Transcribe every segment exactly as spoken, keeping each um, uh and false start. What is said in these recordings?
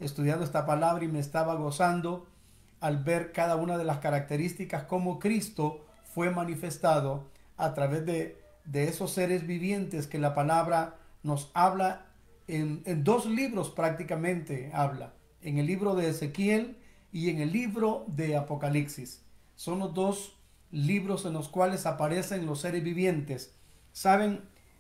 estudiando esta palabra y me estaba gozando al ver cada una de las características como Cristo fue manifestado a través de, de esos seres vivientes que la palabra nos habla en, en dos libros prácticamente habla, en el libro de Ezequiel y en el libro de Apocalipsis. Son los dos libros en los cuales aparecen los seres vivientes. Saben,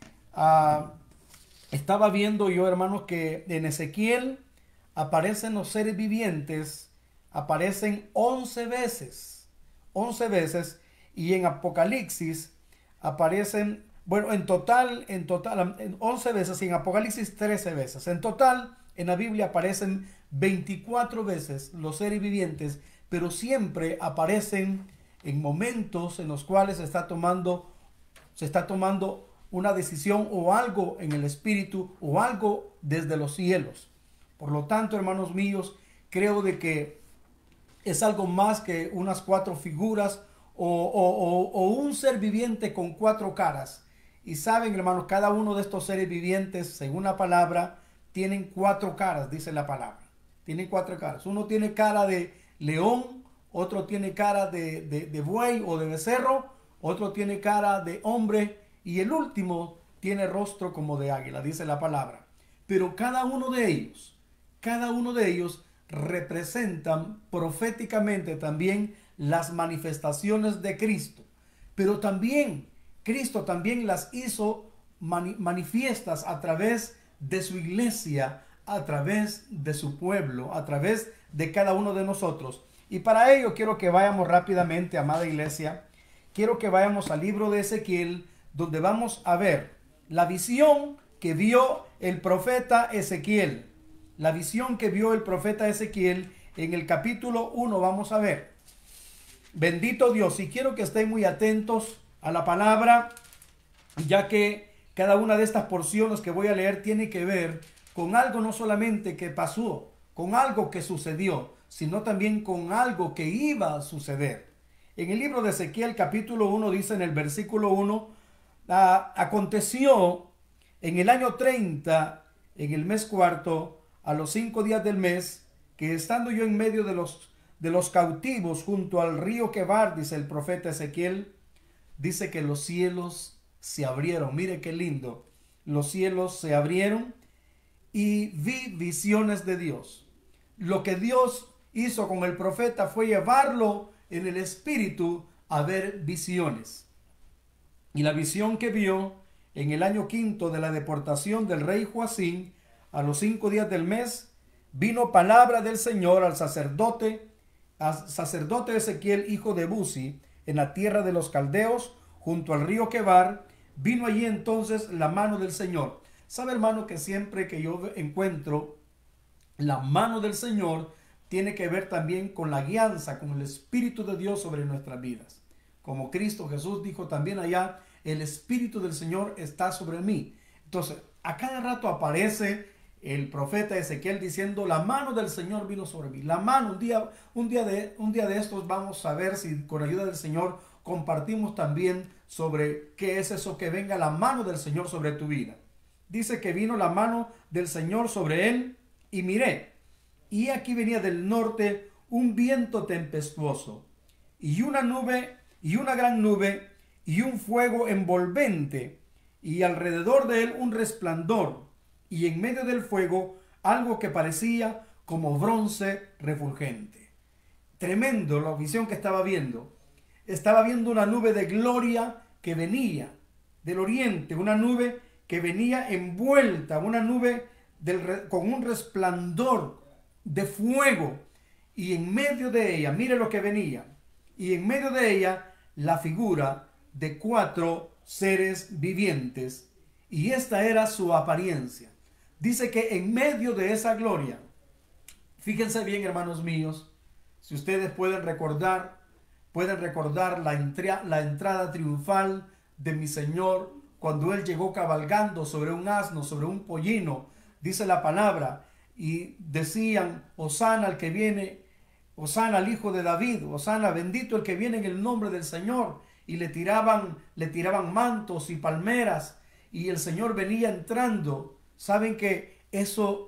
uh, estaba viendo yo, hermanos, que en Ezequiel aparecen los seres vivientes, aparecen once veces, once veces, y en Apocalipsis aparecen, bueno, en total, en total, en once veces, y en Apocalipsis trece veces. En total, en la Biblia aparecen veinticuatro veces los seres vivientes, pero siempre aparecen en momentos en los cuales se está tomando, se está tomando una decisión o algo en el espíritu o algo desde los cielos. Por lo tanto, hermanos míos, creo de que es algo más que unas cuatro figuras o, o, o, o un ser viviente con cuatro caras. Y saben, hermanos, cada uno de estos seres vivientes, según la palabra, tienen cuatro caras, dice la palabra. Tienen cuatro caras. Uno tiene cara de león, otro tiene cara de, de, de buey o de becerro, otro tiene cara de hombre y el último tiene rostro como de águila, dice la palabra. Pero cada uno de ellos, cada uno de ellos representan proféticamente también las manifestaciones de Cristo. Pero también Cristo también las hizo mani manifiestas a través de su iglesia, a través de su pueblo, a través de cada uno de nosotros. Y para ello quiero que vayamos rápidamente, amada iglesia, quiero que vayamos al libro de Ezequiel, donde vamos a ver la visión que vio el profeta Ezequiel. La visión que vio el profeta Ezequiel en el capítulo uno, vamos a ver. Bendito Dios, y quiero que estén muy atentos a la palabra, ya que cada una de estas porciones que voy a leer tiene que ver con algo no solamente que pasó, con algo que sucedió, sino también con algo que iba a suceder. En el libro de Ezequiel capítulo uno dice en el versículo uno, aconteció en el año treinta, en el mes cuarto, a los cinco días del mes, que estando yo en medio de los, de los cautivos junto al río Quebar, dice el profeta Ezequiel, dice que los cielos se abrieron. Mire qué lindo. Los cielos se abrieron y vi visiones de Dios. Lo que Dios hizo con el profeta fue llevarlo en el espíritu a ver visiones. Y la visión que vio en el año quinto de la deportación del rey Joacín, a los cinco días del mes, vino palabra del Señor al sacerdote, al sacerdote Ezequiel, hijo de Buzi, en la tierra de los caldeos, junto al río Quebar. Vino allí entonces la mano del Señor. Sabe, hermano, que siempre que yo encuentro la mano del Señor, tiene que ver también con la guianza, con el Espíritu de Dios sobre nuestras vidas. Como Cristo Jesús dijo también allá, el Espíritu del Señor está sobre mí. Entonces, a cada rato aparece el profeta Ezequiel diciendo, la mano del Señor vino sobre mí. La mano, un día, un día, de, un día de estos vamos a ver si con ayuda del Señor compartimos también sobre qué es eso que venga la mano del Señor sobre tu vida. Dice que vino la mano del Señor sobre él y miré. Y aquí venía del norte un viento tempestuoso y una nube y una gran nube y un fuego envolvente y alrededor de él un resplandor y en medio del fuego algo que parecía como bronce refulgente. Tremendo la visión que estaba viendo. Estaba viendo una nube de gloria que venía del oriente, una nube que venía envuelta, una nube del, con un resplandor de fuego, y en medio de ella, mire lo que venía, y en medio de ella la figura de cuatro seres vivientes, y esta era su apariencia. Dice que en medio de esa gloria, fíjense bien, hermanos míos, si ustedes pueden recordar, pueden recordar la, entra, la entrada triunfal de mi Señor cuando Él llegó cabalgando sobre un asno, sobre un pollino, dice la palabra, y decían, Hosana al que viene, Hosana al hijo de David, Hosana, bendito el que viene en el nombre del Señor, y le tiraban, le tiraban mantos y palmeras, y el Señor venía entrando. Saben que eso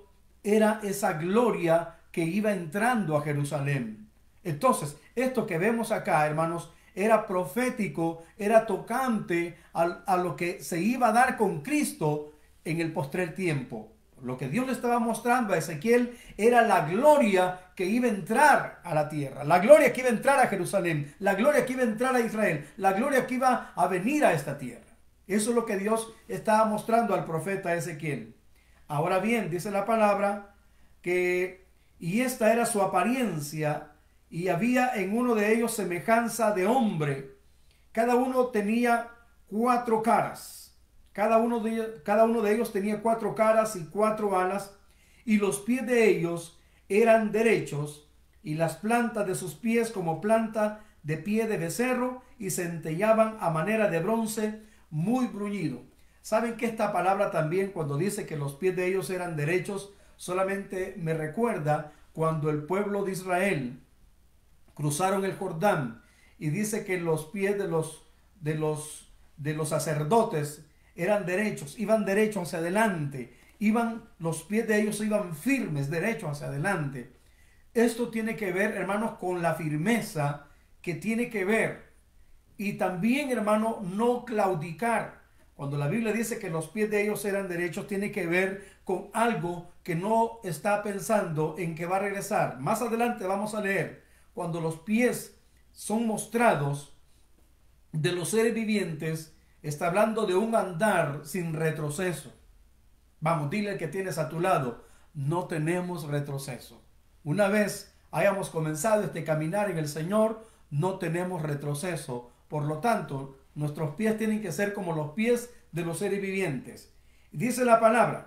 era esa gloria que iba entrando a Jerusalén. Entonces, esto que vemos acá, hermanos, era profético, era tocante a, a lo que se iba a dar con Cristo en el postrer tiempo. Lo que Dios le estaba mostrando a Ezequiel era la gloria que iba a entrar a la tierra, la gloria que iba a entrar a Jerusalén, la gloria que iba a entrar a Israel, la gloria que iba a venir a esta tierra. Eso es lo que Dios estaba mostrando al profeta Ezequiel. Ahora bien, dice la palabra que, y esta era su apariencia, y había en uno de ellos semejanza de hombre. Cada uno tenía cuatro caras. Cada uno, de, cada uno de ellos tenía cuatro caras y cuatro alas, y los pies de ellos eran derechos, y las plantas de sus pies como planta de pie de becerro, y centellaban a manera de bronce muy bruñido. ¿Saben que esta palabra también, cuando dice que los pies de ellos eran derechos, solamente me recuerda cuando el pueblo de Israel cruzaron el Jordán, y dice que los pies de los, de los, de los sacerdotes eran derechos, iban derechos hacia adelante, iban, los pies de ellos iban firmes, derechos hacia adelante. Esto tiene que ver, hermanos, con la firmeza que tiene que ver. Y también, hermano, no claudicar. Cuando la Biblia dice que los pies de ellos eran derechos, tiene que ver con algo que no está pensando en que va a regresar. Más adelante vamos a leer, cuando los pies son mostrados de los seres vivientes, está hablando de un andar sin retroceso. Vamos, dile al que tienes a tu lado, no tenemos retroceso. Una vez hayamos comenzado este caminar en el Señor, no tenemos retroceso. Por lo tanto, nuestros pies tienen que ser como los pies de los seres vivientes. Dice la palabra,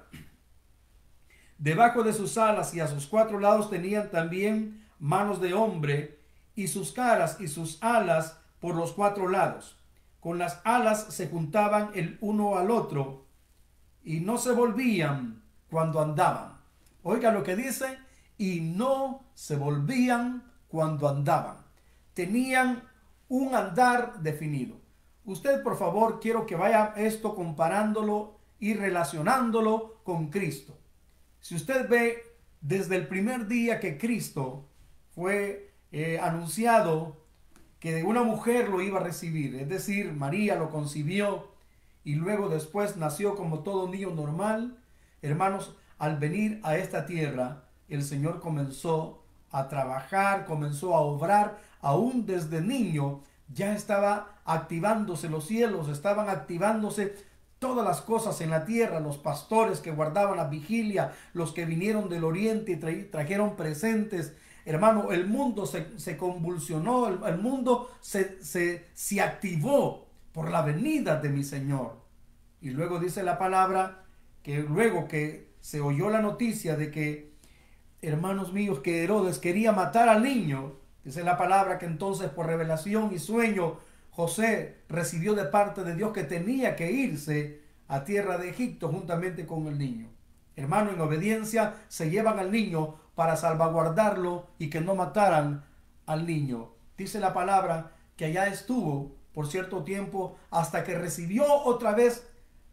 debajo de sus alas y a sus cuatro lados tenían también manos de hombre, y sus caras y sus alas por los cuatro lados. Con las alas se juntaban el uno al otro y no se volvían cuando andaban. Oiga lo que dice, y no se volvían cuando andaban. Tenían un andar definido. Usted, por favor, quiero que vaya esto comparándolo y relacionándolo con Cristo. Si usted ve desde el primer día que Cristo fue eh, anunciado que una mujer lo iba a recibir, es decir, María lo concibió y luego después nació como todo niño normal. Hermanos, al venir a esta tierra, el Señor comenzó a trabajar, comenzó a obrar, aún desde niño ya estaba activándose los cielos, estaban activándose todas las cosas en la tierra, los pastores que guardaban la vigilia, los que vinieron del oriente y tra- trajeron presentes. Hermano, el mundo se, se convulsionó, el, el mundo se, se, se activó por la venida de mi Señor. Y luego dice la palabra que luego que se oyó la noticia de que, hermanos míos, que Herodes quería matar al niño, dice la palabra que entonces por revelación y sueño José recibió de parte de Dios que tenía que irse a tierra de Egipto juntamente con el niño. Hermano, en obediencia se llevan al niño para salvaguardarlo y que no mataran al niño. Dice la palabra que allá estuvo por cierto tiempo hasta que recibió otra vez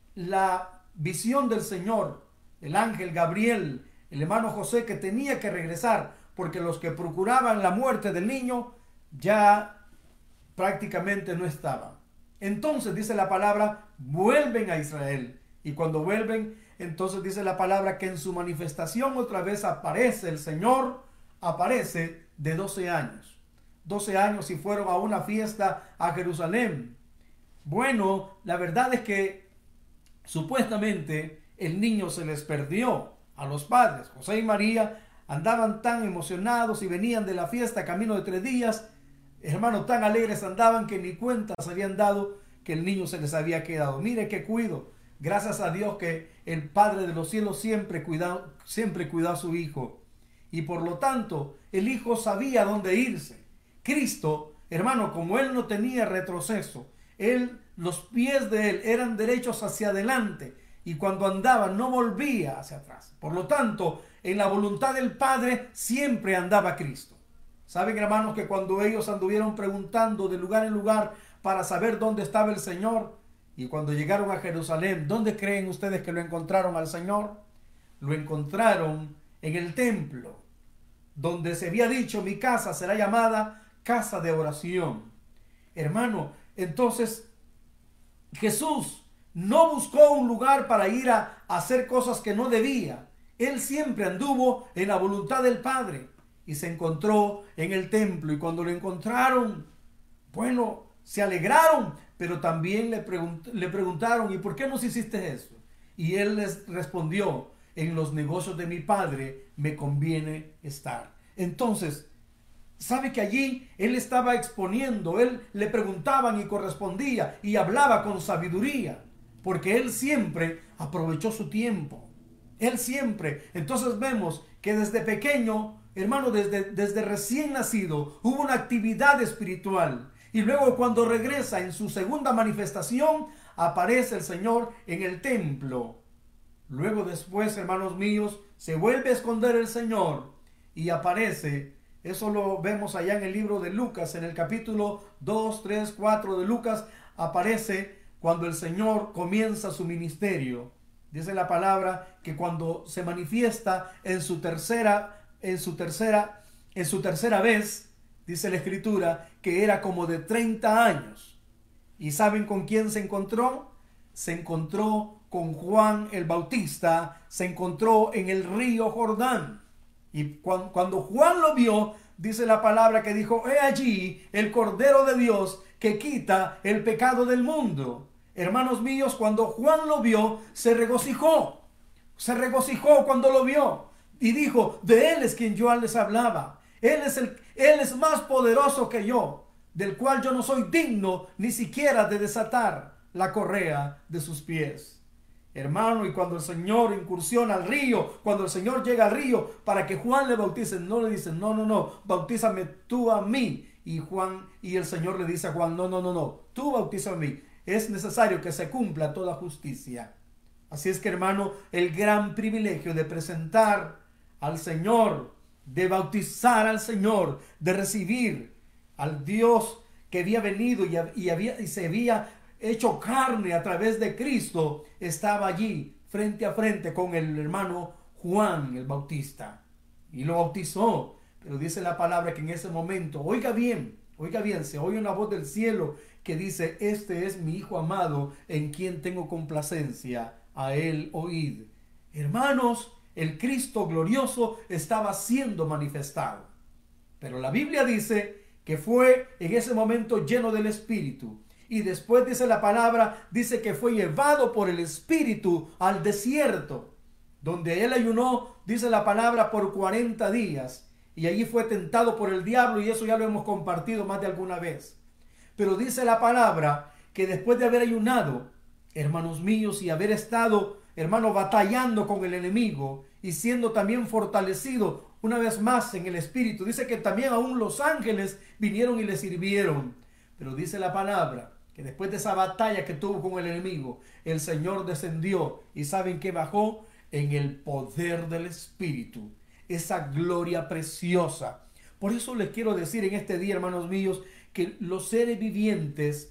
la visión del Señor, el ángel Gabriel, el hermano José, que tenía que regresar porque los que procuraban la muerte del niño ya prácticamente no estaban. Entonces dice la palabra, vuelven a Israel. Y cuando vuelven, entonces dice la palabra que en su manifestación otra vez aparece el Señor, aparece de doce años. doce años y fueron a una fiesta a Jerusalén. Bueno, la verdad es que supuestamente el niño se les perdió a los padres. José y María andaban tan emocionados y venían de la fiesta camino de tres días. Hermanos, tan alegres andaban que ni cuenta se habían dado que el niño se les había quedado. Mire qué cuido. Gracias a Dios que el Padre de los cielos siempre cuidó, siempre cuidó a su Hijo. Y por lo tanto, el Hijo sabía dónde irse. Cristo, hermano, como Él no tenía retroceso, Él, los pies de Él eran derechos hacia adelante. Y cuando andaba no volvía hacia atrás. Por lo tanto, en la voluntad del Padre siempre andaba Cristo. Saben, hermanos, que cuando ellos anduvieron preguntando de lugar en lugar para saber dónde estaba el Señor, y cuando llegaron a Jerusalén, ¿dónde creen ustedes que lo encontraron al Señor? Lo encontraron en el templo, donde se había dicho, mi casa será llamada casa de oración. Hermano, entonces Jesús no buscó un lugar para ir a, a hacer cosas que no debía. Él siempre anduvo en la voluntad del Padre y se encontró en el templo. Y cuando lo encontraron, bueno, se alegraron, pero también le, pregunt le preguntaron, ¿y por qué nos hiciste eso? Y él les respondió, en los negocios de mi Padre me conviene estar. Entonces, sabe que allí él estaba exponiendo, él le preguntaban y correspondía y hablaba con sabiduría, porque él siempre aprovechó su tiempo. Él siempre. Entonces vemos que desde pequeño, hermano, desde, desde recién nacido, hubo una actividad espiritual. Y luego cuando regresa en su segunda manifestación, aparece el Señor en el templo. Luego después, hermanos míos, se vuelve a esconder el Señor y aparece. Eso lo vemos allá en el libro de Lucas, en el capítulo dos, tres, cuatro de Lucas, aparece cuando el Señor comienza su ministerio. Dice la palabra que cuando se manifiesta en su tercera, en su tercera, en su tercera vez, dice la Escritura, que era como de treinta años. ¿Y saben con quién se encontró? Se encontró con Juan el Bautista, se encontró en el río Jordán. Y cuando, cuando Juan lo vio, dice la palabra que dijo, he allí el Cordero de Dios que quita el pecado del mundo. Hermanos míos, cuando Juan lo vio, se regocijó. Se regocijó cuando lo vio. Y dijo, de él es quien yo les hablaba. Él es, el, él es más poderoso que yo, del cual yo no soy digno ni siquiera de desatar la correa de sus pies. Hermano, y cuando el Señor incursiona al río, cuando el Señor llega al río para que Juan le bautice, no le dice, no, no, no, bautízame tú a mí. Y Juan, y el Señor le dice a Juan, no, no, no, no, tú bautiza a mí. Es necesario que se cumpla toda justicia. Así es que, hermano, el gran privilegio de presentar al Señor, de bautizar al Señor, de recibir al Dios que había venido y, y, había, y se había hecho carne a través de Cristo, estaba allí frente a frente con el hermano Juan el Bautista y lo bautizó. Pero dice la palabra que en ese momento, oiga bien, oiga bien, se oye una voz del cielo que dice, este es mi Hijo amado en quien tengo complacencia, a él oíd. Hermanos, el Cristo glorioso estaba siendo manifestado. Pero la Biblia dice que fue en ese momento lleno del Espíritu. Y después dice la palabra, dice que fue llevado por el Espíritu al desierto, donde él ayunó, dice la palabra, por cuarenta días. Y allí fue tentado por el diablo, y eso ya lo hemos compartido más de alguna vez. Pero dice la palabra que después de haber ayunado, hermanos míos, y haber estado, hermano, batallando con el enemigo y siendo también fortalecido una vez más en el Espíritu, dice que también aún los ángeles vinieron y le sirvieron. Pero dice la palabra que después de esa batalla que tuvo con el enemigo, el Señor descendió y ¿saben qué bajó? En el poder del Espíritu, esa gloria preciosa. Por eso les quiero decir en este día, hermanos míos, que los seres vivientes,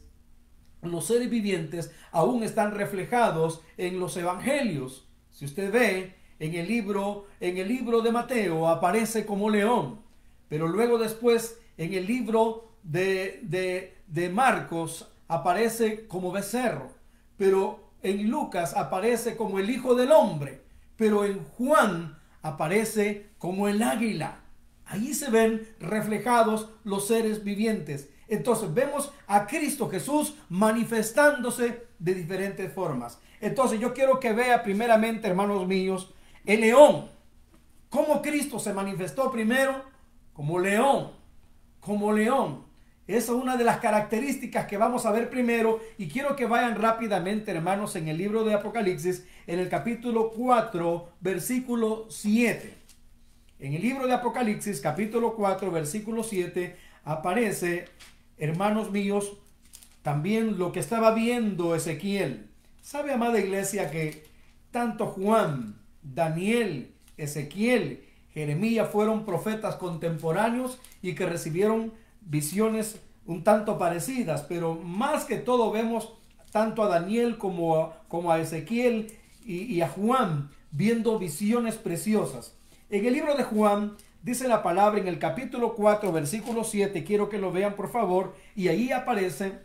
los seres vivientes aún están reflejados en los evangelios. Si usted ve en el libro, en el libro de Mateo aparece como león, pero luego después en el libro de, de, de Marcos aparece como becerro, pero en Lucas aparece como el Hijo del Hombre, pero en Juan aparece como el águila. Ahí se ven reflejados los seres vivientes. Entonces vemos a Cristo Jesús manifestándose de diferentes formas. Entonces yo quiero que vea primeramente, hermanos míos, el león. ¿Cómo Cristo se manifestó primero? Como león, como león. Esa es una de las características que vamos a ver primero. Y quiero que vayan rápidamente, hermanos, en el libro de Apocalipsis, en el capítulo cuatro, versículo siete. En el libro de Apocalipsis, capítulo cuatro, versículo siete, aparece, hermanos míos, también lo que estaba viendo Ezequiel. ¿Sabe, amada iglesia, que tanto Juan, Daniel, Ezequiel, Jeremías fueron profetas contemporáneos y que recibieron visiones un tanto parecidas? Pero más que todo vemos tanto a Daniel como a, como a Ezequiel y, y a Juan viendo visiones preciosas. En el libro de Juan dice la palabra en el capítulo cuatro, versículo siete, quiero que lo vean por favor, y ahí aparece,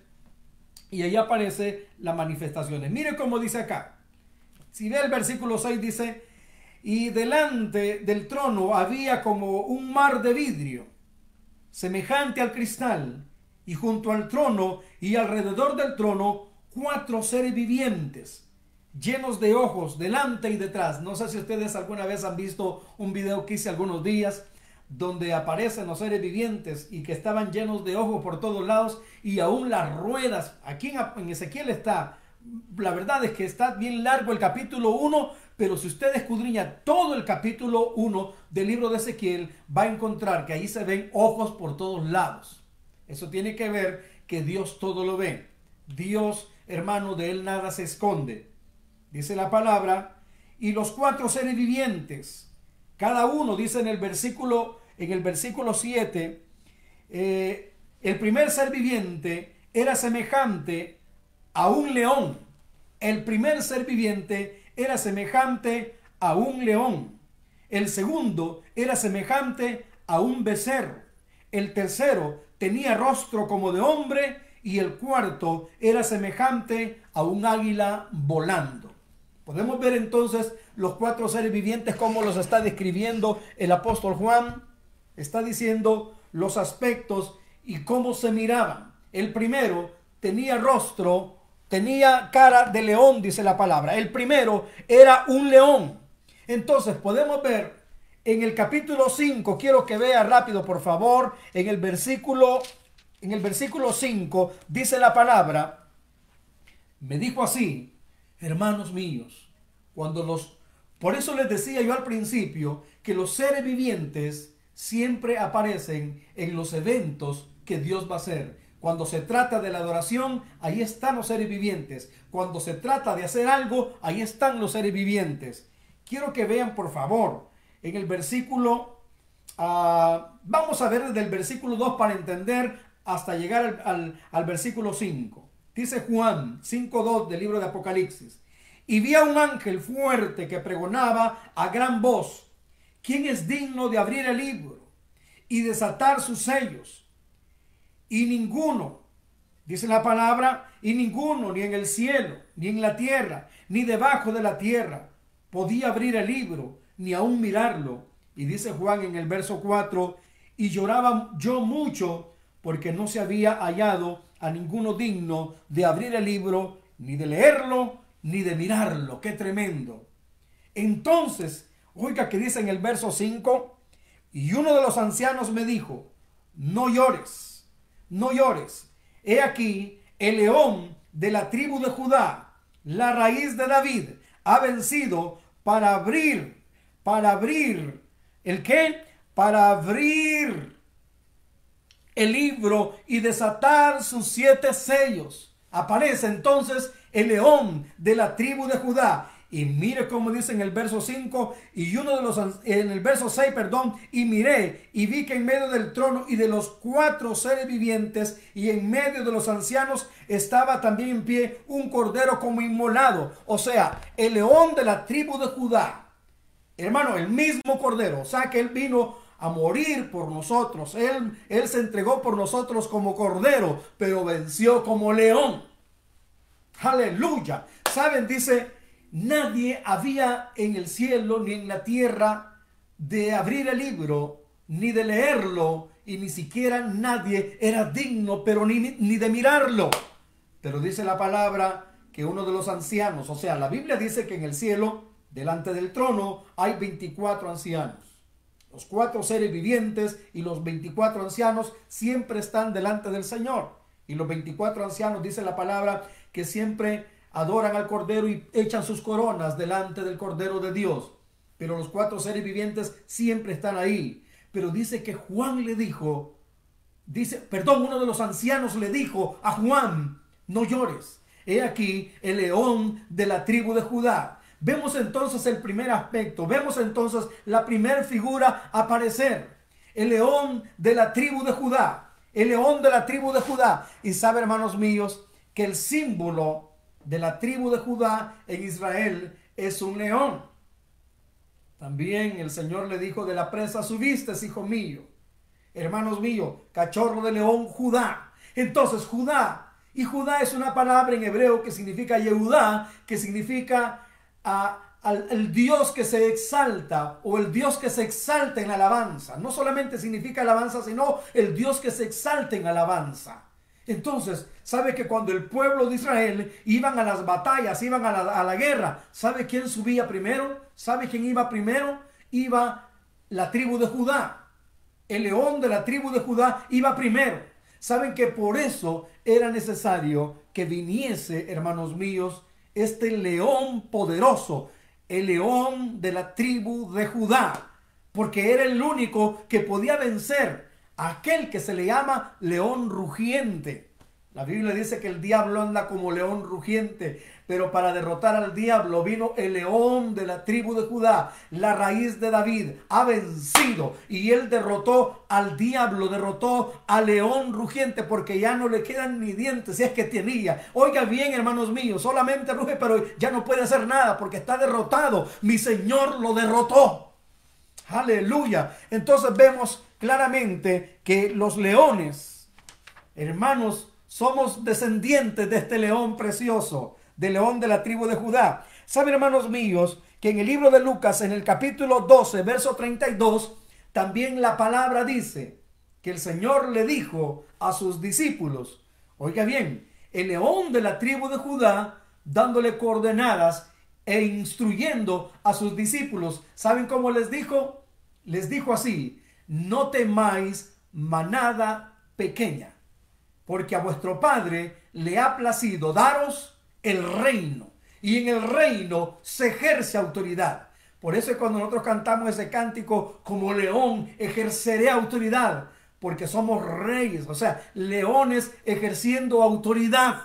y ahí aparece las manifestaciones. Mire cómo dice acá. Si ve el versículo seis, dice, y delante del trono había como un mar de vidrio, semejante al cristal, y junto al trono y alrededor del trono, cuatro seres vivientes, llenos de ojos, delante y detrás. No sé si ustedes alguna vez han visto un video que hice algunos días, donde aparecen los seres vivientes y que estaban llenos de ojos por todos lados, y aún las ruedas. Aquí en Ezequiel está, la verdad es que está bien largo el capítulo uno, pero si usted escudriña todo el capítulo uno del libro de Ezequiel, va a encontrar que ahí se ven ojos por todos lados. Eso tiene que ver que Dios todo lo ve. Dios, hermano, de él nada se esconde. Dice la palabra, y los cuatro seres vivientes, cada uno, dice en el versículo, en el versículo siete, eh, el primer ser viviente era semejante a un león. El primer ser viviente era semejante a un león. El segundo era semejante a un becerro. El tercero tenía rostro como de hombre, y el cuarto era semejante a un águila volando. Podemos ver entonces los cuatro seres vivientes, cómo los está describiendo el apóstol Juan. Está diciendo los aspectos y cómo se miraban. El primero tenía rostro, tenía cara de león, dice la palabra. El primero era un león. Entonces podemos ver en el capítulo cinco, quiero que vea rápido por favor, en el versículo, en el versículo cinco dice la palabra, me dijo así, hermanos míos, cuando los, por eso les decía yo al principio que los seres vivientes siempre aparecen en los eventos que Dios va a hacer. Cuando se trata de la adoración, ahí están los seres vivientes. Cuando se trata de hacer algo, ahí están los seres vivientes. Quiero que vean por favor en el versículo, uh, vamos a ver desde el versículo dos para entender hasta llegar al, al, al versículo cinco. Dice Juan cinco dos del libro de Apocalipsis, y vi a un ángel fuerte que pregonaba a gran voz, ¿quién es digno de abrir el libro y desatar sus sellos? Y ninguno, dice la palabra, y ninguno, ni en el cielo, ni en la tierra, ni debajo de la tierra, podía abrir el libro, ni aún mirarlo. Y dice Juan en el verso cuatro, y lloraba yo mucho, porque no se había hallado a ninguno digno de abrir el libro, ni de leerlo, ni de mirarlo. ¡Qué tremendo! Entonces, oiga que dice en el verso cinco, y uno de los ancianos me dijo, no llores, no llores. He aquí, el león de la tribu de Judá, la raíz de David, ha vencido para abrir, para abrir, ¿el qué? Para abrir el libro y desatar sus siete sellos. Aparece entonces el león de la tribu de Judá. Y mire cómo dice en el verso cinco, y uno de los, en el verso seis, perdón, y miré y vi que en medio del trono y de los cuatro seres vivientes y en medio de los ancianos estaba también en pie un cordero como inmolado. O sea, el león de la tribu de Judá. Hermano, el mismo cordero. O sea que él vino a morir por nosotros. Él, él se entregó por nosotros como cordero, pero venció como león. Aleluya. ¿Saben? Dice, nadie había en el cielo ni en la tierra de abrir el libro, ni de leerlo, y ni siquiera nadie era digno, pero ni, ni de mirarlo. Pero dice la palabra que uno de los ancianos, o sea, la Biblia dice que en el cielo, delante del trono, hay veinticuatro ancianos. Los cuatro seres vivientes y los veinticuatro ancianos siempre están delante del Señor. Y los veinticuatro ancianos, dice la palabra, que siempre adoran al Cordero y echan sus coronas delante del Cordero de Dios. Pero los cuatro seres vivientes siempre están ahí. Pero dice que Juan le dijo, dice, perdón, uno de los ancianos le dijo a Juan, no llores. He aquí el león de la tribu de Judá. Vemos entonces el primer aspecto, vemos entonces la primera figura aparecer. El león de la tribu de Judá, el león de la tribu de Judá. Y sabe, hermanos míos, que el símbolo de la tribu de Judá en Israel es un león. También el Señor le dijo: de la presa subiste, hijo mío. Hermanos míos, cachorro de león, Judá. Entonces Judá, y Judá es una palabra en hebreo que significa Yehudá, que significa uh, al, el Dios que se exalta, o el Dios que se exalta en alabanza. No solamente significa alabanza, sino el Dios que se exalta en alabanza. Entonces, sabe que cuando el pueblo de Israel iban a las batallas, iban a la, a la guerra, ¿sabe quién subía primero? ¿Sabe quién iba primero? Iba la tribu de Judá. El león de la tribu de Judá iba primero. Saben que por eso era necesario que viniese, hermanos míos, este león poderoso, el león de la tribu de Judá, porque era el único que podía vencer a aquel que se le llama león rugiente. La Biblia dice que el diablo anda como león rugiente, pero para derrotar al diablo vino el león de la tribu de Judá, la raíz de David, ha vencido, y él derrotó al diablo, derrotó al león rugiente, porque ya no le quedan ni dientes, si es que tenía. Oiga bien, hermanos míos, solamente ruge, pero ya no puede hacer nada, porque está derrotado. Mi Señor lo derrotó. Aleluya. Entonces vemos claramente que los leones, hermanos, somos descendientes de este león precioso, del león de la tribu de Judá. ¿Saben, hermanos míos, que en el libro de Lucas, en el capítulo doce, verso treinta y dos, también la palabra dice que el Señor le dijo a sus discípulos, oiga bien, el león de la tribu de Judá, dándole coordenadas e instruyendo a sus discípulos. ¿Saben cómo les dijo? Les dijo así: no temáis, manada pequeña, porque a vuestro Padre le ha placido daros el reino, y en el reino se ejerce autoridad. Por eso es cuando nosotros cantamos ese cántico: como león ejerceré autoridad, porque somos reyes, o sea, leones ejerciendo autoridad.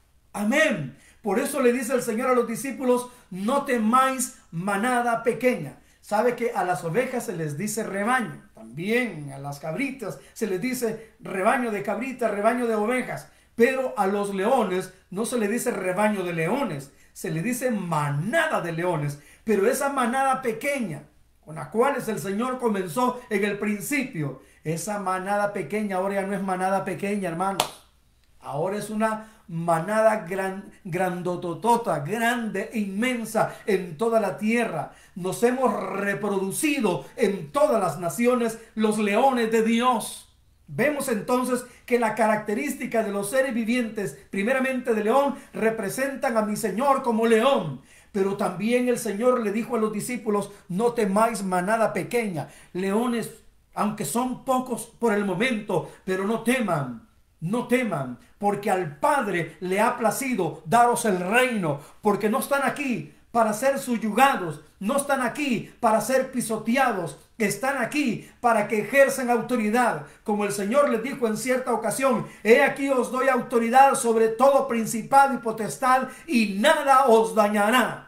Amén. Por eso le dice el Señor a los discípulos: no temáis, manada pequeña. Sabe que a las ovejas se les dice rebaño, también a las cabritas se les dice rebaño de cabritas, rebaño de ovejas, pero a los leones no se le dice rebaño de leones, se le dice manada de leones. Pero esa manada pequeña con la cual el Señor comenzó en el principio, esa manada pequeña ahora ya no es manada pequeña, hermanos. Ahora es una manada gran, grandototota, grande e inmensa en toda la tierra. Nos hemos reproducido en todas las naciones los leones de Dios. Vemos entonces que la característica de los seres vivientes, primeramente de león, representan a mi Señor como león. Pero también el Señor le dijo a los discípulos: no temáis, manada pequeña. Leones, aunque son pocos por el momento, pero no teman. No teman, porque al Padre le ha placido daros el reino, porque no están aquí para ser subyugados, no están aquí para ser pisoteados, están aquí para que ejerzan autoridad. Como el Señor les dijo en cierta ocasión: he aquí os doy autoridad sobre todo principado y potestad, y nada os dañará.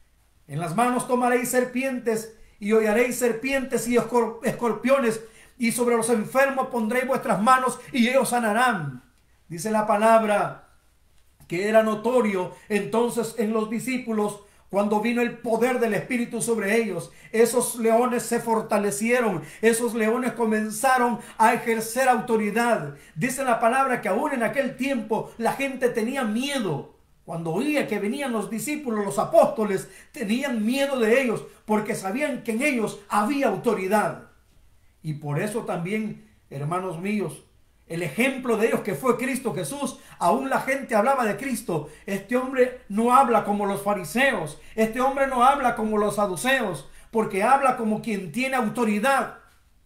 En las manos tomaréis serpientes y hollaréis serpientes y escorpiones, y sobre los enfermos pondréis vuestras manos y ellos sanarán. Dice la palabra que era notorio entonces en los discípulos cuando vino el poder del Espíritu sobre ellos. Esos leones se fortalecieron, esos leones comenzaron a ejercer autoridad. Dice la palabra que aún en aquel tiempo la gente tenía miedo. Cuando oía que venían los discípulos, los apóstoles, tenían miedo de ellos porque sabían que en ellos había autoridad. Y por eso también, hermanos míos, el ejemplo de ellos que fue Cristo Jesús, aún la gente hablaba de Cristo. Este hombre no habla como los fariseos, este hombre no habla como los saduceos, porque habla como quien tiene autoridad.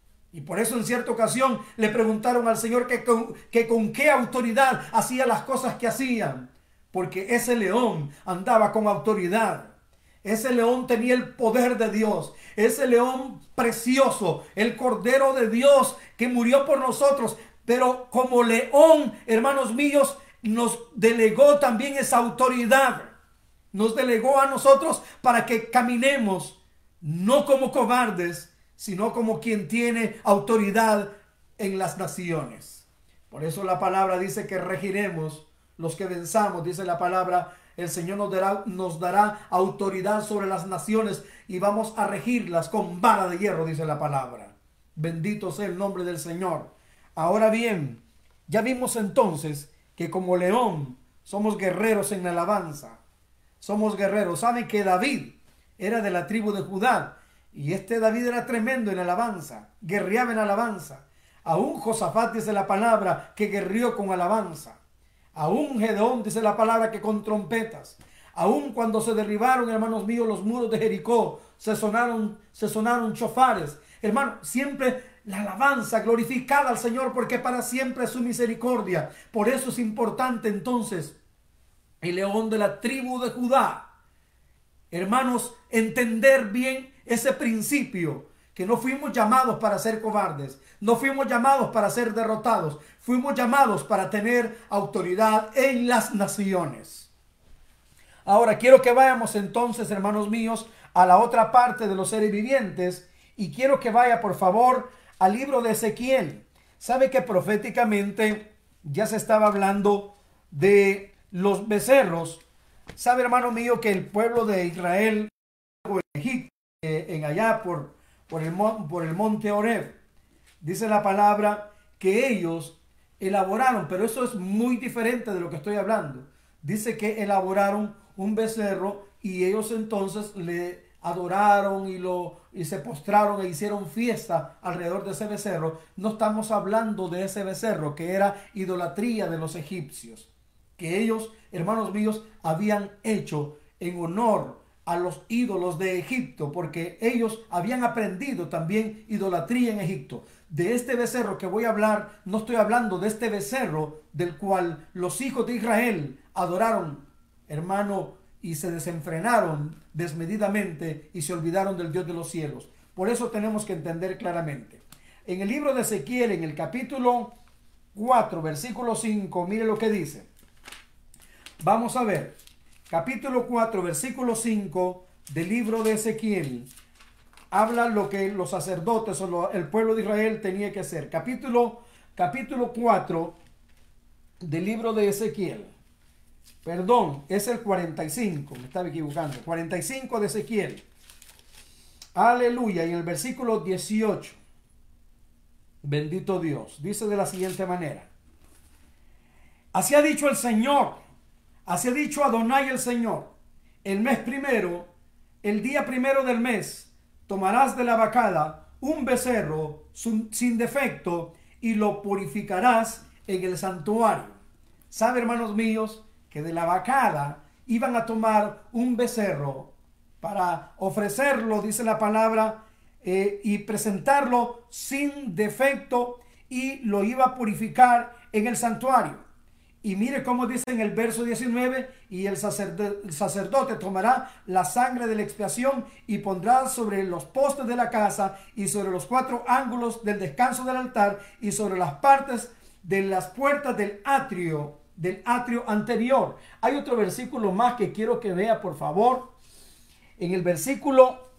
Y por eso en cierta ocasión le preguntaron al Señor que con, que con qué autoridad hacía las cosas que hacían, porque ese león andaba con autoridad. Ese león tenía el poder de Dios. Ese león precioso, el Cordero de Dios que murió por nosotros. Pero como león, hermanos míos, nos delegó también esa autoridad. Nos delegó a nosotros para que caminemos no como cobardes, sino como quien tiene autoridad en las naciones. Por eso la palabra dice que regiremos los que venzamos, dice la palabra el Señor nos dará, nos dará autoridad sobre las naciones y vamos a regirlas con vara de hierro, dice la palabra. Bendito sea el nombre del Señor. Ahora bien, ya vimos entonces que como león somos guerreros en la alabanza. Somos guerreros. Saben que David era de la tribu de Judá y este David era tremendo en alabanza, guerreaba en alabanza. Aún Josafat dice la palabra que guerrió con alabanza. Aún Gedeón dice la palabra que con trompetas. Aún cuando se derribaron, hermanos míos, los muros de Jericó, se sonaron, se sonaron chofares. Hermano, siempre la alabanza glorificada al Señor, porque para siempre es su misericordia. Por eso es importante entonces el león de la tribu de Judá, hermanos, entender bien ese principio, que no fuimos llamados para ser cobardes, no fuimos llamados para ser derrotados, fuimos llamados para tener autoridad en las naciones. Ahora quiero que vayamos entonces, hermanos míos, a la otra parte de los seres vivientes, y quiero que vaya por favor al libro de Ezequiel. Sabe que proféticamente ya se estaba hablando de los becerros. Sabe, hermano mío, que el pueblo de Israel en Egipto, eh, en allá por, por, el, por el monte Horeb, dice la palabra que ellos elaboraron, pero eso es muy diferente de lo que estoy hablando. Dice que elaboraron un becerro y ellos entonces le adoraron y, lo, y se postraron e hicieron fiesta alrededor de ese becerro. No estamos hablando de ese becerro que era idolatría de los egipcios, que ellos, hermanos míos, habían hecho en honor a los ídolos de Egipto, porque ellos habían aprendido también idolatría en Egipto. De este becerro que voy a hablar, no estoy hablando de este becerro del cual los hijos de Israel adoraron, hermano, y se desenfrenaron desmedidamente y se olvidaron del Dios de los cielos. Por eso tenemos que entender claramente. En el libro de Ezequiel, en el capítulo cuatro, versículo cinco, mire lo que dice. Vamos a ver, capítulo cuatro, versículo cinco del libro de Ezequiel. Habla lo que los sacerdotes o lo, el pueblo de Israel tenía que hacer. Capítulo, capítulo cuatro del libro de Ezequiel. Perdón, es el cuarenta y cinco, me estaba equivocando. cuarenta y cinco de Ezequiel. Aleluya. Y en el versículo dieciocho. Bendito Dios. Dice de la siguiente manera. Así ha dicho el Señor. Así ha dicho Adonai el Señor. El mes primero, el día primero del mes, tomarás de la vacada un becerro sin defecto y lo purificarás en el santuario. ¿Sabe, hermanos míos, que de la vacada iban a tomar un becerro para ofrecerlo, dice la palabra, eh, y presentarlo sin defecto, y lo iba a purificar en el santuario? Y mire cómo dice en el verso diecinueve, y el sacerdote, el sacerdote tomará la sangre de la expiación y pondrá sobre los postes de la casa y sobre los cuatro ángulos del descanso del altar y sobre las partes de las puertas del atrio, del atrio anterior. Hay otro versículo más que quiero que vea, por favor. En el versículo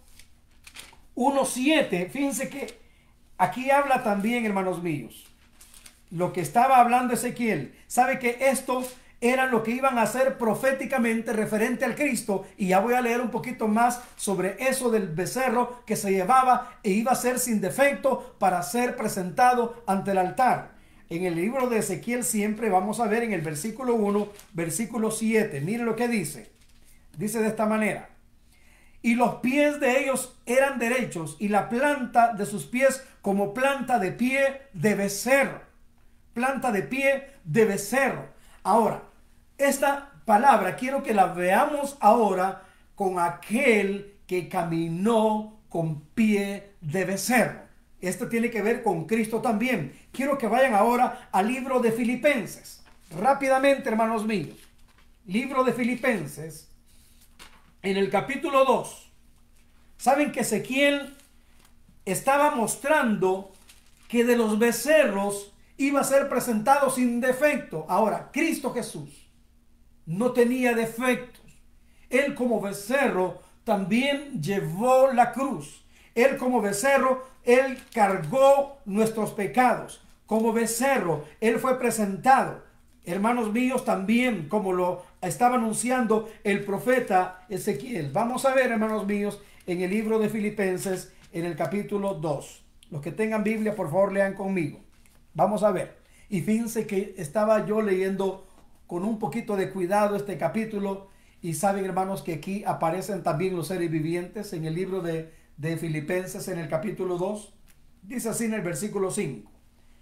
uno siete, fíjense que aquí habla también, hermanos míos, lo que estaba hablando Ezequiel. Sabe que esto era lo que iban a hacer proféticamente referente al Cristo, y ya voy a leer un poquito más sobre eso del becerro que se llevaba e iba a ser sin defecto para ser presentado ante el altar. En el libro de Ezequiel siempre vamos a ver en el versículo uno, versículo siete. Miren lo que dice. Dice de esta manera. Y los pies de ellos eran derechos, y la planta de sus pies como planta de pie de becerro. Planta de pie de becerro. Ahora, esta palabra quiero que la veamos ahora con aquel que caminó con pie de becerro. Esto tiene que ver con Cristo también. Quiero que vayan ahora al libro de Filipenses. Rápidamente, hermanos míos. Libro de Filipenses. En el capítulo dos. Saben que Ezequiel estaba mostrando que de los becerros iba a ser presentado sin defecto. Ahora, Cristo Jesús no tenía defectos. Él como becerro también llevó la cruz. Él como becerro, Él cargó nuestros pecados. Como becerro, Él fue presentado. hermanos míos, también como lo estaba anunciando el profeta Ezequiel. Vamos a ver, hermanos míos, en el libro de Filipenses, en el capítulo dos. Los que tengan Biblia, por favor, lean conmigo. Vamos a ver. Y fíjense que estaba yo leyendo con un poquito de cuidado este capítulo, y saben, hermanos, que aquí aparecen también los seres vivientes en el libro de, de Filipenses, en el capítulo dos. Dice así en el versículo cinco.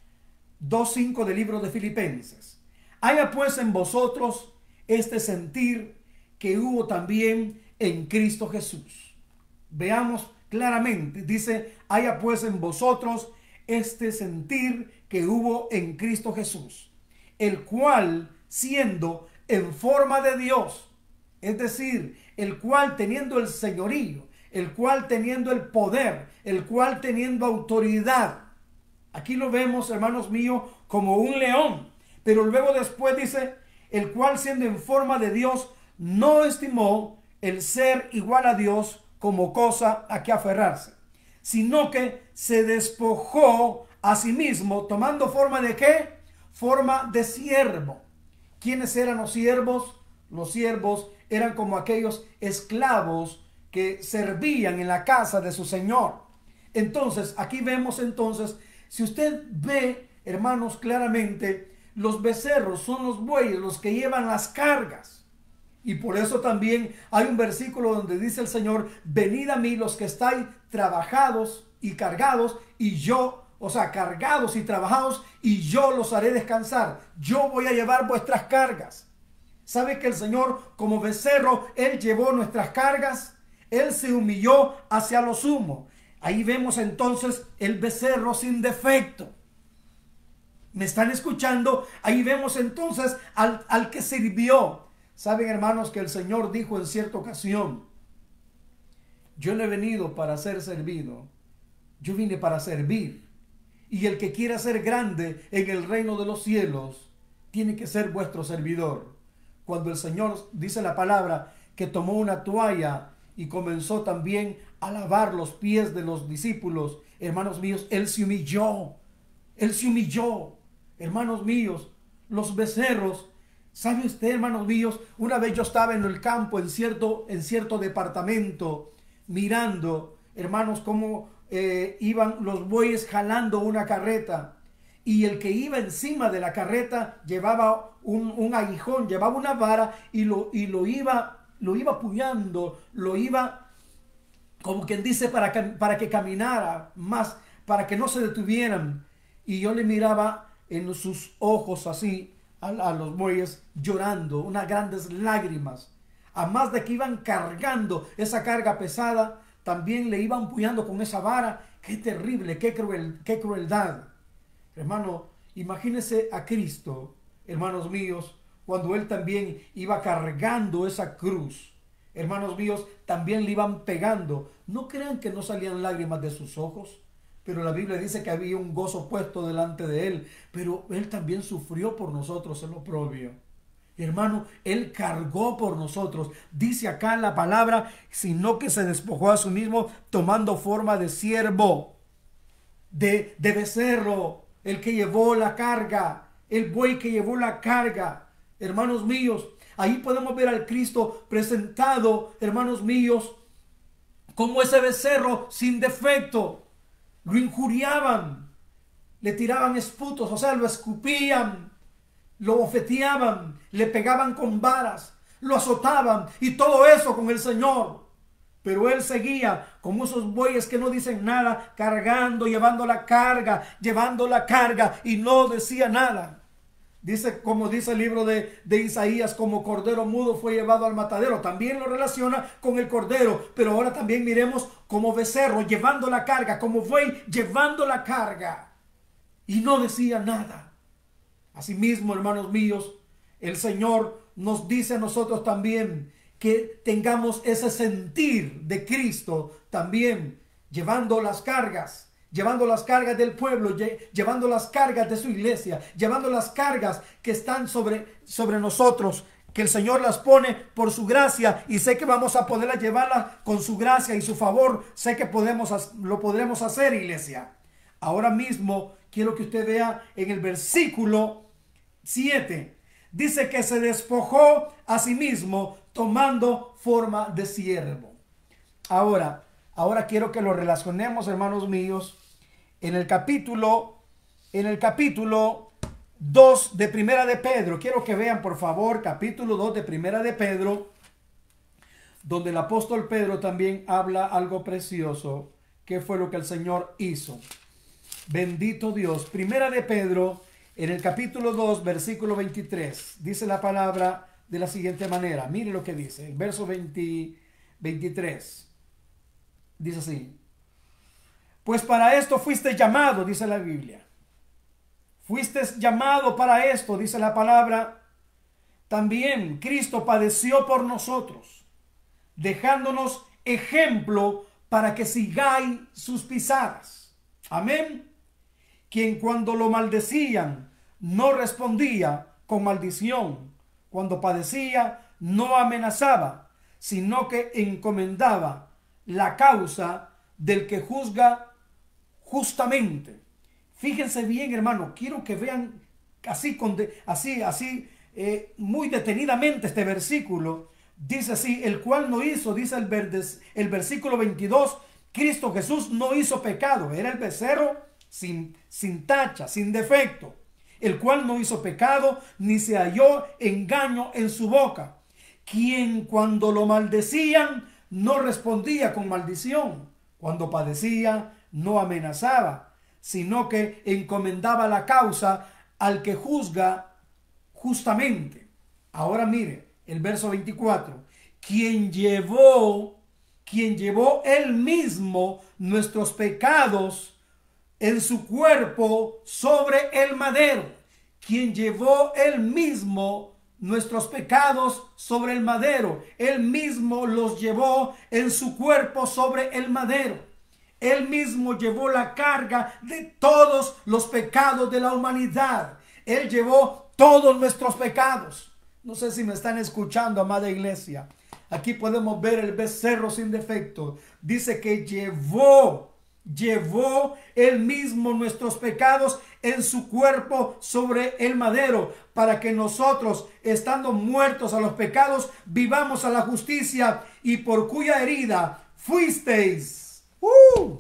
dos cinco del libro de Filipenses. Haya pues en vosotros este sentir que hubo también en Cristo Jesús. Veamos claramente. Dice, haya pues en vosotros este sentir que hubo en Cristo Jesús, el cual, siendo en forma de Dios, es decir, el cual teniendo el señorío, el cual teniendo el poder, el cual teniendo autoridad. Aquí lo vemos, hermanos míos, como un león. Pero luego después dice, el cual siendo en forma de Dios, no estimó el ser igual a Dios como cosa a que aferrarse, sino que se despojó a sí mismo, tomando forma de ¿qué? Forma de siervo. ¿Quiénes eran los siervos? Los siervos eran como aquellos esclavos que servían en la casa de su señor. Entonces, aquí vemos entonces, si usted ve, hermanos, claramente, los becerros son los bueyes, los que llevan las cargas. Y por eso también hay un versículo donde dice el Señor, venid a mí los que estáis trabajados y cargados, y yo, o sea, cargados y trabajados, y yo los haré descansar. Yo voy a llevar vuestras cargas. ¿Sabe que el Señor, como becerro, Él llevó nuestras cargas? Él se humilló hacia lo sumo. Ahí vemos entonces el becerro sin defecto. ¿Me están escuchando? Ahí vemos entonces al, al que sirvió. Saben, hermanos, que el Señor dijo en cierta ocasión, yo no he venido para ser servido, yo vine para servir. Y el que quiera ser grande en el reino de los cielos, tiene que ser vuestro servidor. Cuando el Señor, dice la palabra, que tomó una toalla y comenzó también a lavar los pies de los discípulos, hermanos míos, Él se humilló. Él se humilló. Hermanos míos, los becerros, ¿sabe usted, hermanos míos? Una vez yo estaba en el campo, en cierto, en cierto departamento, mirando, hermanos, cómo eh, iban los bueyes jalando una carreta. Y el que iba encima de la carreta llevaba un, un aguijón, llevaba una vara y lo, y lo iba, lo iba apoyando, lo iba, como quien dice, para que, para que caminara más, para que no se detuvieran. Y yo le miraba en sus ojos así a, a los bueyes llorando, unas grandes lágrimas. A más de que iban cargando esa carga pesada, también le iban empuñando con esa vara. Qué terrible, qué cruel, qué crueldad. Hermano, imagínese a Cristo, hermanos míos, cuando Él también iba cargando esa cruz. Hermanos míos, también le iban pegando. No crean que no salían lágrimas de sus ojos, pero la Biblia dice que había un gozo puesto delante de Él. Pero Él también sufrió por nosotros el oprobio. Hermano, Él cargó por nosotros. Dice acá la palabra, sino que se despojó a sí mismo, tomando forma de siervo, de, de becerro. El que llevó la carga, el buey que llevó la carga. Hermanos míos, ahí podemos ver al Cristo presentado, hermanos míos, como ese becerro sin defecto. Lo injuriaban, le tiraban esputos, o sea, lo escupían, lo bofeteaban, le pegaban con varas, lo azotaban, y todo eso con el Señor. Pero Él seguía como esos bueyes que no dicen nada, cargando, llevando la carga, llevando la carga, y no decía nada. Dice, como dice el libro de, de Isaías, como cordero mudo fue llevado al matadero. También lo relaciona con el cordero, pero ahora también miremos como becerro llevando la carga, como buey llevando la carga, y no decía nada. Asimismo, hermanos míos, el Señor nos dice a nosotros también que tengamos ese sentir de Cristo también, llevando las cargas, llevando las cargas del pueblo, llevando las cargas de su iglesia, llevando las cargas que están sobre, sobre nosotros, que el Señor las pone por su gracia, y sé que vamos a poder llevarlas con su gracia y su favor. Sé que podemos, lo podremos hacer, iglesia. Ahora mismo quiero que usted vea en el versículo siete. dice que se despojó a sí mismo tomando forma de siervo. Ahora, ahora quiero que lo relacionemos, hermanos míos, en el capítulo, en el capítulo dos de Primera de Pedro. Quiero que vean, por favor, capítulo dos de Primera de Pedro, donde el apóstol Pedro también habla algo precioso. ¿Qué fue lo que el Señor hizo? Bendito Dios. Primera de Pedro, en el capítulo dos, versículo veintitrés, dice la palabra de la siguiente manera. Mire lo que dice, el verso veinte, veintitrés. Dice así: pues para esto fuiste llamado, dice la Biblia. Fuiste llamado para esto, dice la palabra. También Cristo padeció por nosotros, dejándonos ejemplo para que sigáis sus pisadas. Amén. Quien cuando lo maldecían no respondía con maldición, cuando padecía no amenazaba, sino que encomendaba la causa del que juzga justamente. Fíjense bien, hermano, quiero que vean así, con de, así, así, eh, muy detenidamente este versículo. Dice así: el cual no hizo, dice el, verdes, el versículo veintidós, Cristo Jesús no hizo pecado, era el becerro sin, sin tacha, sin defecto, el cual no hizo pecado, ni se halló engaño en su boca, quien cuando lo maldecían no respondía con maldición, cuando padecía no amenazaba, sino que encomendaba la causa al que juzga justamente. Ahora mire el verso veinticuatro: quien llevó, quien llevó él mismo nuestros pecados en su cuerpo sobre el madero. Quien llevó él mismo nuestros pecados sobre el madero. Él mismo los llevó en su cuerpo sobre el madero. Él mismo llevó la carga de todos los pecados de la humanidad. Él llevó todos nuestros pecados. No sé si me están escuchando, amada iglesia. Aquí podemos ver el becerro sin defecto. Dice que llevó, llevó él mismo nuestros pecados en su cuerpo sobre el madero, para que nosotros, estando muertos a los pecados, vivamos a la justicia, y por cuya herida fuisteis uh,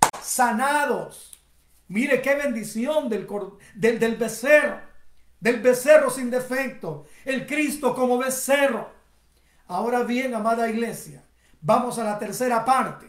sanados. Mire qué bendición del, del, del becerro, del becerro sin defecto, el Cristo como becerro. Ahora bien, amada iglesia, vamos a la tercera parte.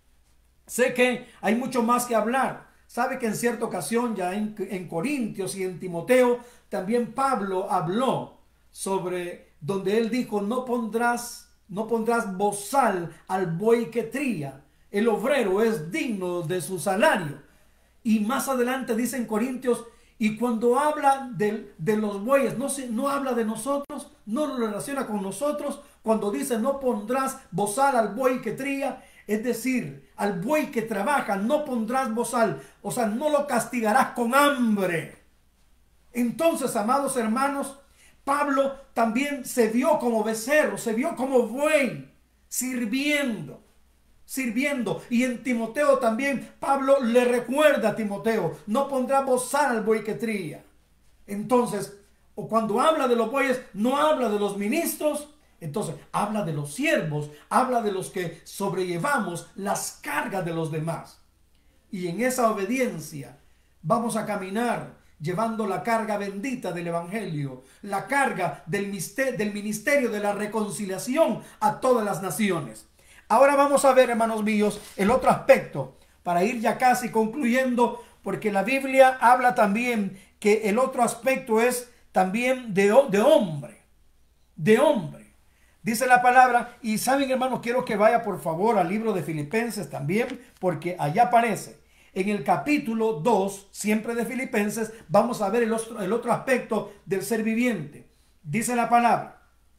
Sé que hay mucho más que hablar. Sabe que en cierta ocasión, ya en, en Corintios y en Timoteo, también Pablo habló sobre donde él dijo: no pondrás, no pondrás bozal al buey que tría. El obrero es digno de su salario. Y más adelante dice en Corintios: y cuando habla de, de los bueyes, no, se, no habla de nosotros, no lo relaciona con nosotros. Cuando dice: no pondrás bozal al buey que tría, es decir, al buey que trabaja no pondrás bozal, o sea, no lo castigarás con hambre. Entonces, amados hermanos, Pablo también se vio como becerro, se vio como buey, sirviendo, sirviendo. Y en Timoteo también, Pablo le recuerda a Timoteo: no pondrás bozal al buey que trilla. Entonces, o cuando habla de los bueyes, no habla de los ministros. Entonces, habla de los siervos, habla de los que sobrellevamos las cargas de los demás. Y en esa obediencia vamos a caminar llevando la carga bendita del evangelio, la carga del misterio, del ministerio de la reconciliación a todas las naciones. Ahora vamos a ver, hermanos míos, el otro aspecto, para ir ya casi concluyendo, porque la Biblia habla también que el otro aspecto es también de, de hombre, de hombre. Dice la palabra, y saben, hermanos, quiero que vaya por favor al libro de Filipenses también, porque allá aparece. En el capítulo dos, siempre de Filipenses, vamos a ver el otro, el otro aspecto del ser viviente. Dice la palabra: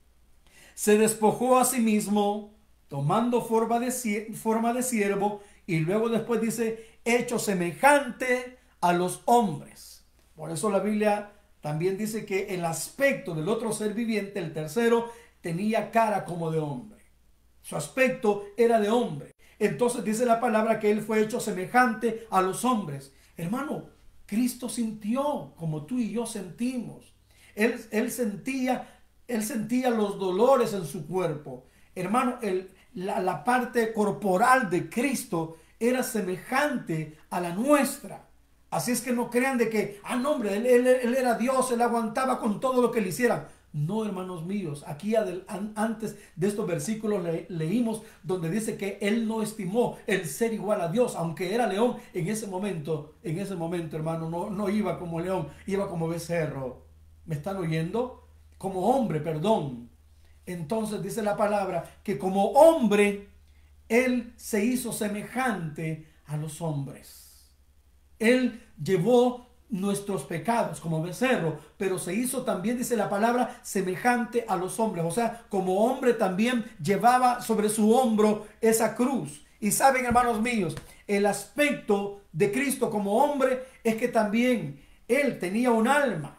se despojó a sí mismo, tomando forma de, forma de siervo, y luego después dice: hecho semejante a los hombres. Por eso la Biblia también dice que el aspecto del otro ser viviente, el tercero, tenía cara como de hombre. Su aspecto era de hombre. Entonces dice la palabra que él fue hecho semejante a los hombres. Hermano, Cristo sintió como tú y yo sentimos. Él, él, sentía, él sentía los dolores en su cuerpo. Hermano, el, la, la parte corporal de Cristo era semejante a la nuestra. Así es que no crean de que, ah, no, hombre, él, él, él era Dios, él aguantaba con todo lo que le hicieran. No, hermanos míos, aquí antes de estos versículos le, leímos donde dice que él no estimó el ser igual a Dios, aunque era león en ese momento, en ese momento, hermano, no, no iba como león, iba como becerro. ¿Me están oyendo? Como hombre, perdón. Entonces dice la palabra que como hombre, él se hizo semejante a los hombres. Él llevó nuestros pecados como becerro, pero se hizo también, dice la palabra, semejante a los hombres. O sea, como hombre también llevaba sobre su hombro esa cruz. Y saben, hermanos míos, el aspecto de Cristo como hombre es que también él tenía un alma.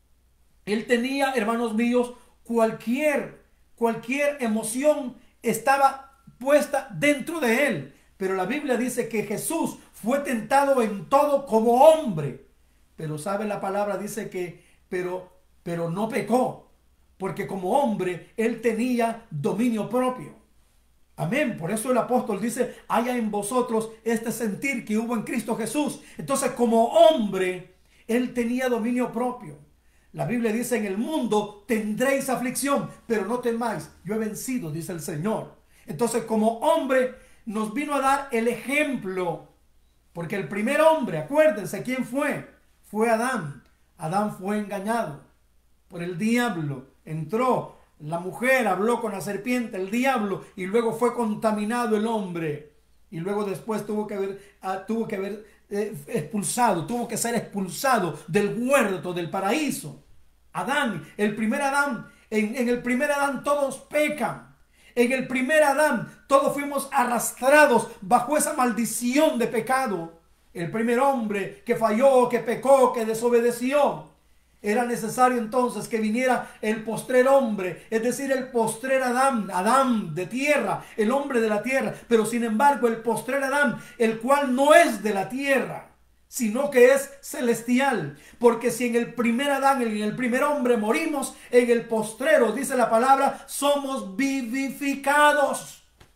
Él tenía, hermanos míos, cualquier, cualquier emoción estaba puesta dentro de él. Pero la Biblia dice que Jesús fue tentado en todo como hombre. Pero sabe la palabra, dice que, pero, pero no pecó, porque como hombre, él tenía dominio propio. Amén. Por eso el apóstol dice, haya en vosotros este sentir que hubo en Cristo Jesús. Entonces, como hombre, él tenía dominio propio. La Biblia dice, en el mundo tendréis aflicción, pero no temáis, yo he vencido, dice el Señor. Entonces, como hombre, nos vino a dar el ejemplo, porque el primer hombre, acuérdense, ¿quién fue? Fue Adán. Adán fue engañado por el diablo. Entró la mujer, habló con la serpiente, el diablo, y luego fue contaminado el hombre. Y luego después tuvo que haber, uh, tuvo que haber eh, expulsado, tuvo que ser expulsado del huerto, del paraíso. Adán, el primer Adán, en, en el primer Adán todos pecan. En el primer Adán todos fuimos arrastrados bajo esa maldición de pecado. El primer hombre que falló, que pecó, que desobedeció. Era necesario entonces que viniera el postrer hombre, es decir, el postrer Adán, Adán de tierra, el hombre de la tierra. Pero sin embargo, el postrer Adán, el cual no es de la tierra, sino que es celestial. Porque si en el primer Adán, en el primer hombre morimos, en el postrero, dice la palabra, somos vivificados.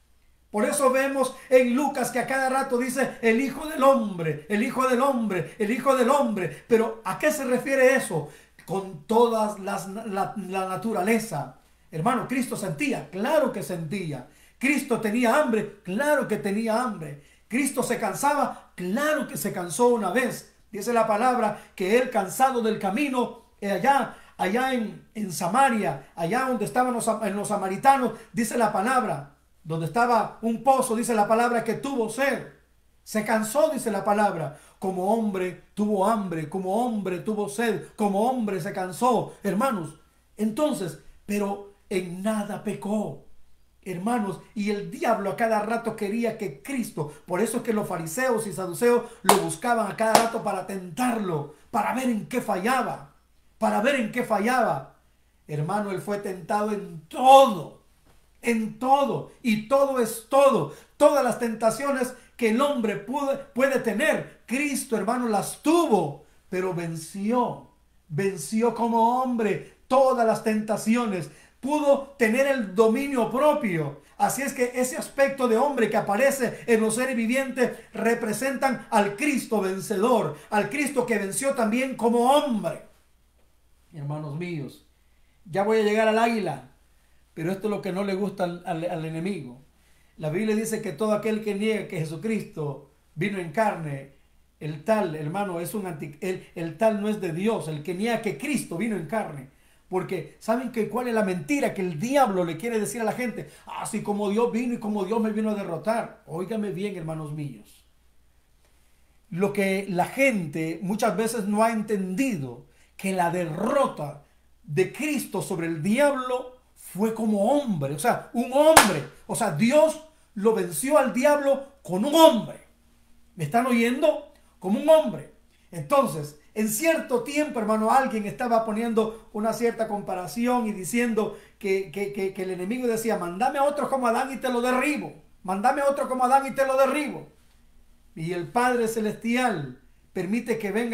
Por eso vemos en Lucas que a cada rato dice el Hijo del Hombre, el Hijo del Hombre, el Hijo del Hombre. Pero ¿a qué se refiere eso? Con toda la, la naturaleza. Hermano, Cristo sentía, claro que sentía. Cristo tenía hambre, claro que tenía hambre. Cristo se cansaba, claro que se cansó una vez. Dice la palabra que él, cansado del camino, allá, allá en, en Samaria, allá donde estaban los, en los samaritanos, dice la palabra, donde estaba un pozo, dice la palabra que tuvo sed. Se cansó, dice la palabra. Como hombre tuvo hambre, como hombre tuvo sed, como hombre se cansó. Hermanos, entonces, pero en nada pecó. Hermanos, y el diablo a cada rato quería que Cristo, por eso es que los fariseos y saduceos lo buscaban a cada rato para tentarlo, para ver en qué fallaba, para ver en qué fallaba. Hermano, él fue tentado en todo. En todo, y todo es todo. Todas las tentaciones que el hombre puede, puede tener, Cristo, hermano, las tuvo, pero venció, venció como hombre todas las tentaciones, pudo tener el dominio propio. Así es que ese aspecto de hombre que aparece en los seres vivientes representan al Cristo vencedor, al Cristo que venció también como hombre. Hermanos míos, ya voy a llegar al águila. Pero esto es lo que no le gusta al, al, al enemigo. La Biblia dice que todo aquel que niega que Jesucristo vino en carne, el tal, hermano, es un anti, el, el tal no es de Dios. El que niega que Cristo vino en carne. Porque ¿saben que cuál es la mentira que el diablo le quiere decir a la gente? Así como Dios vino y como Dios me vino a derrotar. Óigame bien, hermanos míos. Lo que la gente muchas veces no ha entendido, que la derrota de Cristo sobre el diablo fue como hombre, o sea, un hombre. O sea, Dios lo venció al diablo con un hombre. ¿Me están oyendo? Como un hombre. Entonces, en cierto tiempo, hermano, alguien estaba poniendo una cierta comparación y diciendo que, que, que, que el enemigo decía, mándame a otro como Adán y te lo derribo. Mándame a otro como Adán y te lo derribo. Y el Padre Celestial permite que venga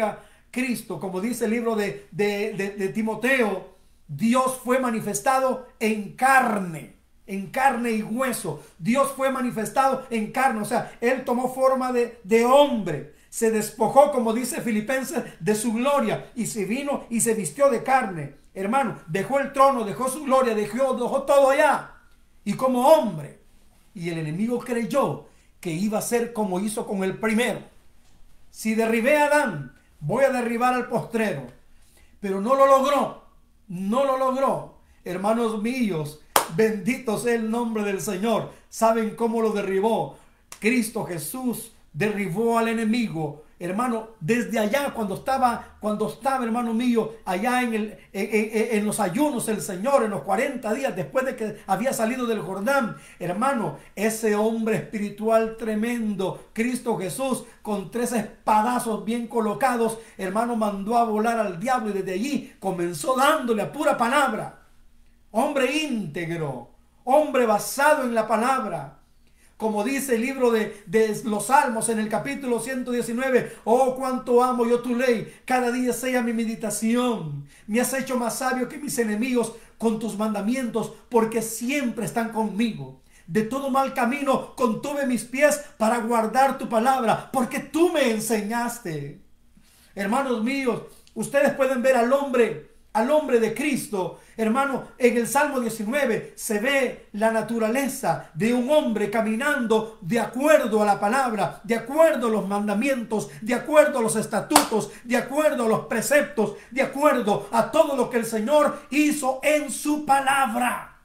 Cristo, como dice el libro de, de, de, de Timoteo, Dios fue manifestado en carne, en carne y hueso. Dios fue manifestado en carne, o sea, Él tomó forma de, de hombre. Se despojó, como dice Filipenses, de su gloria y se vino y se vistió de carne. Hermano, dejó el trono, dejó su gloria, dejó, dejó todo allá. Y como hombre, y el enemigo creyó que iba a ser como hizo con el primero. Si derribé a Adán, voy a derribar al postrero. Pero no lo logró, no lo logró. Hermanos míos, bendito sea el nombre del Señor. ¿Saben cómo lo derribó? Cristo Jesús derribó al enemigo, hermano, desde allá cuando estaba, cuando estaba, hermano mío, allá en, el, en, en, en los ayunos el Señor, en los cuarenta días después de que había salido del Jordán, hermano, ese hombre espiritual tremendo, Cristo Jesús, con tres espadazos bien colocados, hermano, mandó a volar al diablo y desde allí comenzó dándole a pura palabra. Hombre íntegro, hombre basado en la palabra. Como dice el libro de, de los Salmos en el capítulo ciento diecinueve, oh, cuánto amo yo tu ley, cada día sea mi meditación. Me has hecho más sabio que mis enemigos con tus mandamientos, porque siempre están conmigo. De todo mal camino contuve mis pies para guardar tu palabra, porque tú me enseñaste. Hermanos míos, ustedes pueden ver al hombre, al hombre de Cristo. Hermano, en el Salmo diecinueve se ve la naturaleza de un hombre caminando de acuerdo a la palabra, de acuerdo a los mandamientos, de acuerdo a los estatutos, de acuerdo a los preceptos, de acuerdo a todo lo que el Señor hizo en su palabra.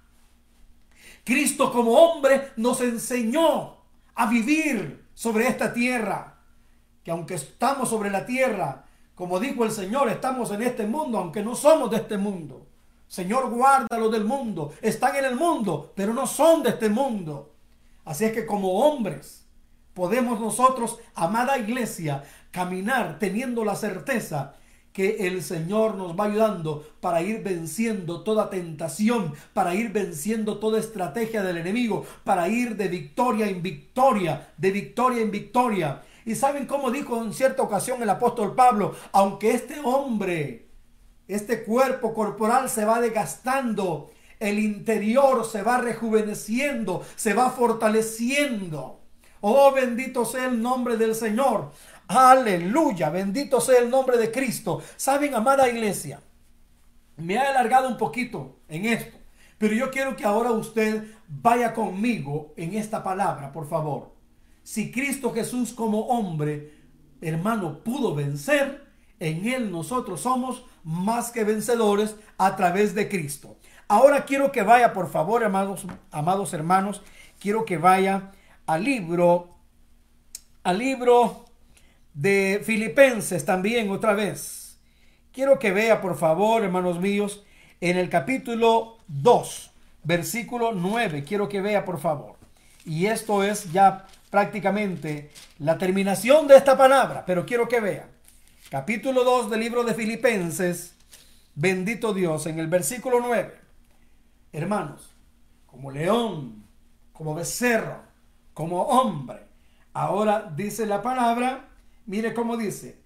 Cristo como hombre nos enseñó a vivir sobre esta tierra, que aunque estamos sobre la tierra, como dijo el Señor, estamos en este mundo, aunque no somos de este mundo. Señor, guárdalos del mundo. Están en el mundo, pero no son de este mundo. Así es que como hombres podemos nosotros, amada iglesia, caminar teniendo la certeza que el Señor nos va ayudando para ir venciendo toda tentación, para ir venciendo toda estrategia del enemigo, para ir de victoria en victoria, de victoria en victoria. Y ¿saben cómo dijo en cierta ocasión el apóstol Pablo? Aunque este hombre, este cuerpo corporal se va desgastando, el interior se va rejuveneciendo, se va fortaleciendo. Oh, bendito sea el nombre del Señor. Aleluya, bendito sea el nombre de Cristo. ¿Saben, amada iglesia? Me he alargado un poquito en esto, pero yo quiero que ahora usted vaya conmigo en esta palabra, por favor. Si Cristo Jesús como hombre, hermano, pudo vencer, en Él nosotros somos más que vencedores a través de Cristo. Ahora quiero que vaya, por favor, amados, amados hermanos, quiero que vaya al libro, al libro de Filipenses también otra vez. Quiero que vea, por favor, hermanos míos, en el capítulo dos, versículo nueve. Quiero que vea, por favor. Y esto es ya prácticamente la terminación de esta palabra, pero quiero que vea. Capítulo dos del libro de Filipenses, bendito Dios, en el versículo nueve. Hermanos, como león, como becerro, como hombre. Ahora dice la palabra, mire cómo dice.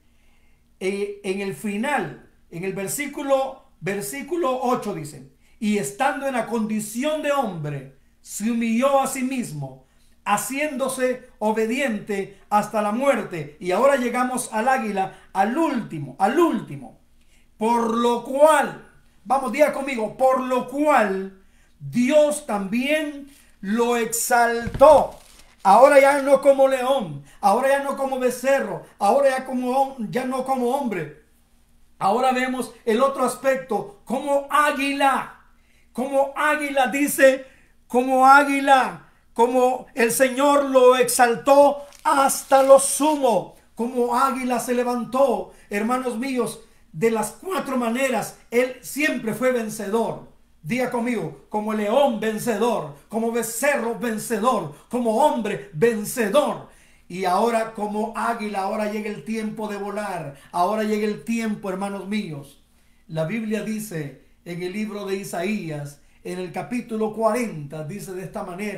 Eh, en el final, en el versículo, versículo ocho dice, y estando en la condición de hombre, se humilló a sí mismo, haciéndose obediente hasta la muerte. Y ahora llegamos al águila, al último, al último. Por lo cual, vamos, diga conmigo, por lo cual Dios también lo exaltó. Ahora ya no como león, ahora ya no como becerro, ahora ya, como, ya no como hombre. Ahora vemos el otro aspecto, como águila. Como águila dice, como águila. Como el Señor lo exaltó hasta lo sumo, como águila se levantó. Hermanos míos, de las cuatro maneras, Él siempre fue vencedor. Diga conmigo, como león vencedor, como becerro vencedor, como hombre vencedor. Y ahora como águila, ahora llega el tiempo de volar. Ahora llega el tiempo, hermanos míos. La Biblia dice en el libro de Isaías, en el capítulo cuarenta, dice de esta manera,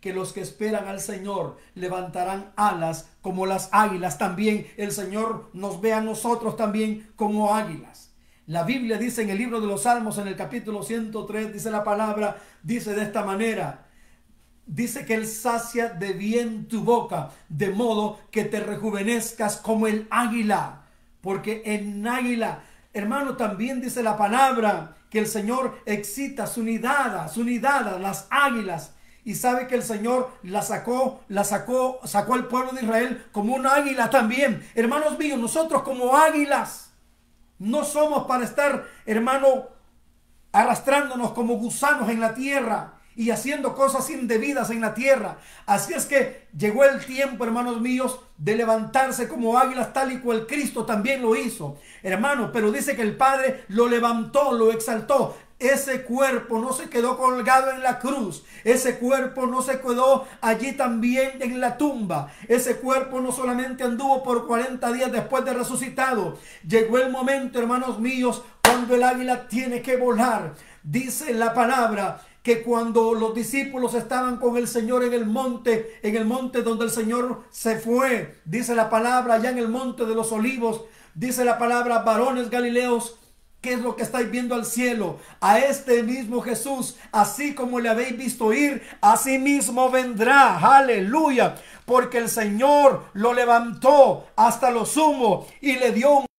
que los que esperan al Señor levantarán alas como las águilas. También el Señor nos ve a nosotros también como águilas. La Biblia dice en el libro de los Salmos, en el capítulo ciento tres, dice la palabra, dice de esta manera, dice que Él sacia de bien tu boca, de modo que te rejuvenezcas como el águila. Porque en águila, hermano, también dice la palabra que el Señor excita su nidada, su nidada, las águilas. Y sabe que el Señor la sacó, la sacó, sacó al pueblo de Israel como un águila también. Hermanos míos, nosotros como águilas no somos para estar, hermano, arrastrándonos como gusanos en la tierra y haciendo cosas indebidas en la tierra. Así es que llegó el tiempo, hermanos míos, de levantarse como águilas, tal y cual Cristo también lo hizo, hermano. Pero dice que el Padre lo levantó, lo exaltó. Ese cuerpo no se quedó colgado en la cruz. Ese cuerpo no se quedó allí también en la tumba. Ese cuerpo no solamente anduvo por cuarenta días después de resucitado. Llegó el momento, hermanos míos, cuando el águila tiene que volar. Dice la palabra que cuando los discípulos estaban con el Señor en el monte, en el monte donde el Señor se fue, dice la palabra, allá en el monte de los olivos, dice la palabra, varones galileos, ¿qué es lo que estáis viendo al cielo? A este mismo Jesús, así como le habéis visto ir, así mismo vendrá. Aleluya. Porque el Señor lo levantó hasta lo sumo y le dio un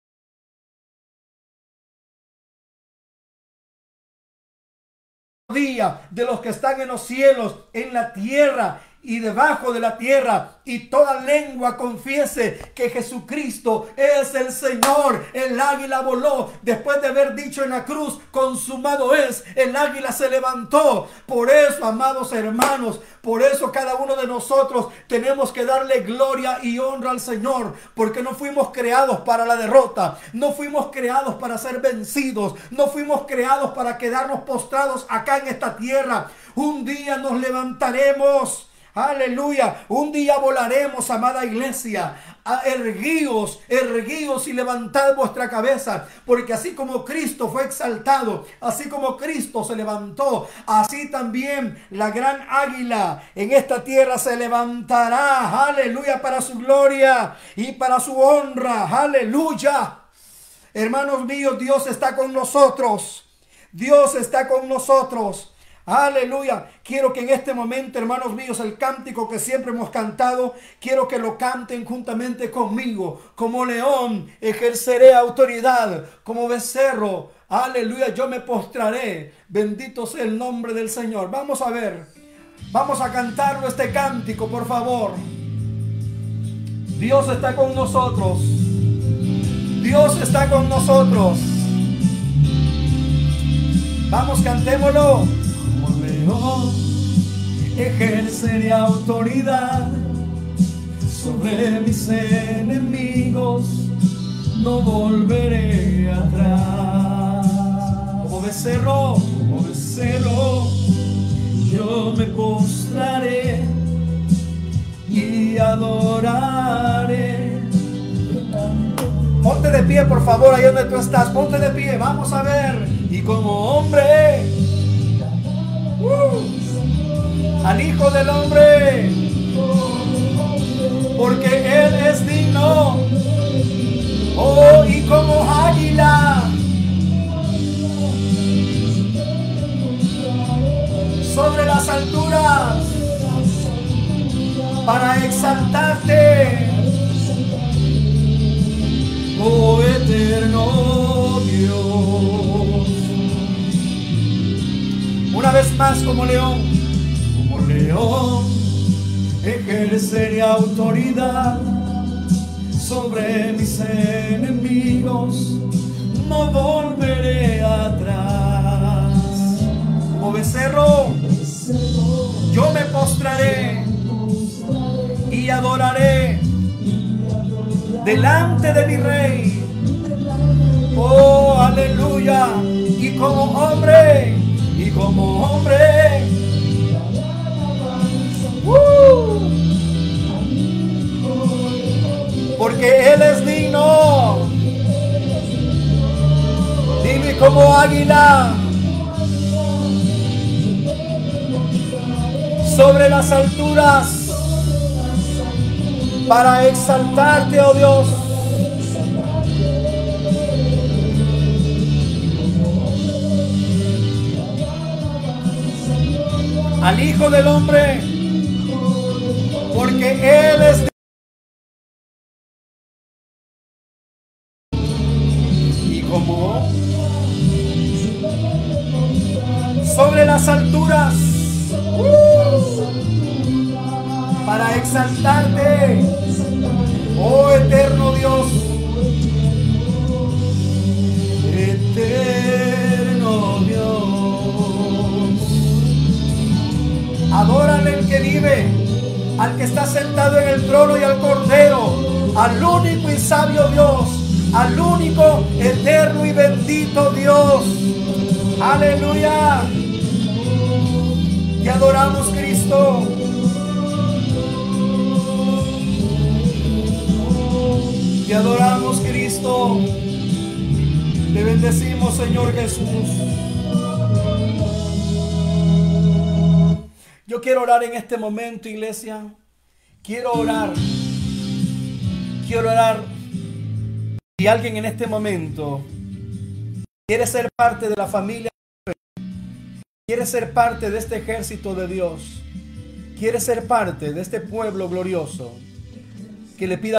día de los que están en los cielos, en la tierra y debajo de la tierra, y toda lengua confiese que Jesucristo es el Señor. El águila voló después de haber dicho en la cruz, consumado es. El águila se levantó. Por eso, amados hermanos, por eso cada uno de nosotros tenemos que darle gloria y honra al Señor, porque no fuimos creados para la derrota, no fuimos creados para ser vencidos, no fuimos creados para quedarnos postrados acá en esta tierra. Un día nos levantaremos. Aleluya, un día volaremos, amada iglesia. Erguíos, erguíos y levantad vuestra cabeza, porque así como Cristo fue exaltado, así como Cristo se levantó, así también la gran águila en esta tierra se levantará, aleluya, para su gloria y para su honra, aleluya. Hermanos míos, Dios está con nosotros, Dios está con nosotros. Aleluya. Quiero que en este momento, hermanos míos, el cántico que siempre hemos cantado, quiero que lo canten juntamente conmigo. Como león ejerceré autoridad, como becerro, aleluya, yo me postraré. Bendito sea el nombre del Señor. Vamos a ver, vamos a cantarlo este cántico, por favor. Dios está con nosotros. Dios está con nosotros. Vamos, cantémoslo. Ejerceré autoridad sobre mis enemigos, no volveré atrás. Como becerro, como becerro, yo me postraré y adoraré. Ponte de pie, por favor, ahí donde tú estás, ponte de pie, vamos a ver. Y como hombre, Uh, al Hijo del Hombre, porque Él es digno. Oh, y como águila sobre las alturas, para exaltarte, oh eterno Dios. Una vez más, como león, como león, ejerceré autoridad sobre mis enemigos, no volveré atrás. Como becerro, yo me postraré y adoraré delante de mi Rey. Oh, aleluya. Y como hombre, y como hombre, uh, porque Él es digno. Dime, como águila sobre las alturas para exaltarte, oh Dios. Al Hijo del Hombre, porque Él es Dios. Y como sobre las alturas para exaltarte, oh eterno Dios, eterno Dios. Adórale al que vive, al que está sentado en el trono y al Cordero, al único y sabio Dios, al único, eterno y bendito Dios. Aleluya. Te adoramos, Cristo. Te adoramos, Cristo. Te bendecimos, Señor Jesús. Yo quiero orar en este momento, iglesia. Quiero orar. Quiero orar. Si alguien en este momento quiere ser parte de la familia, quiere ser parte de este ejército de Dios, quiere ser parte de este pueblo glorioso, que le pida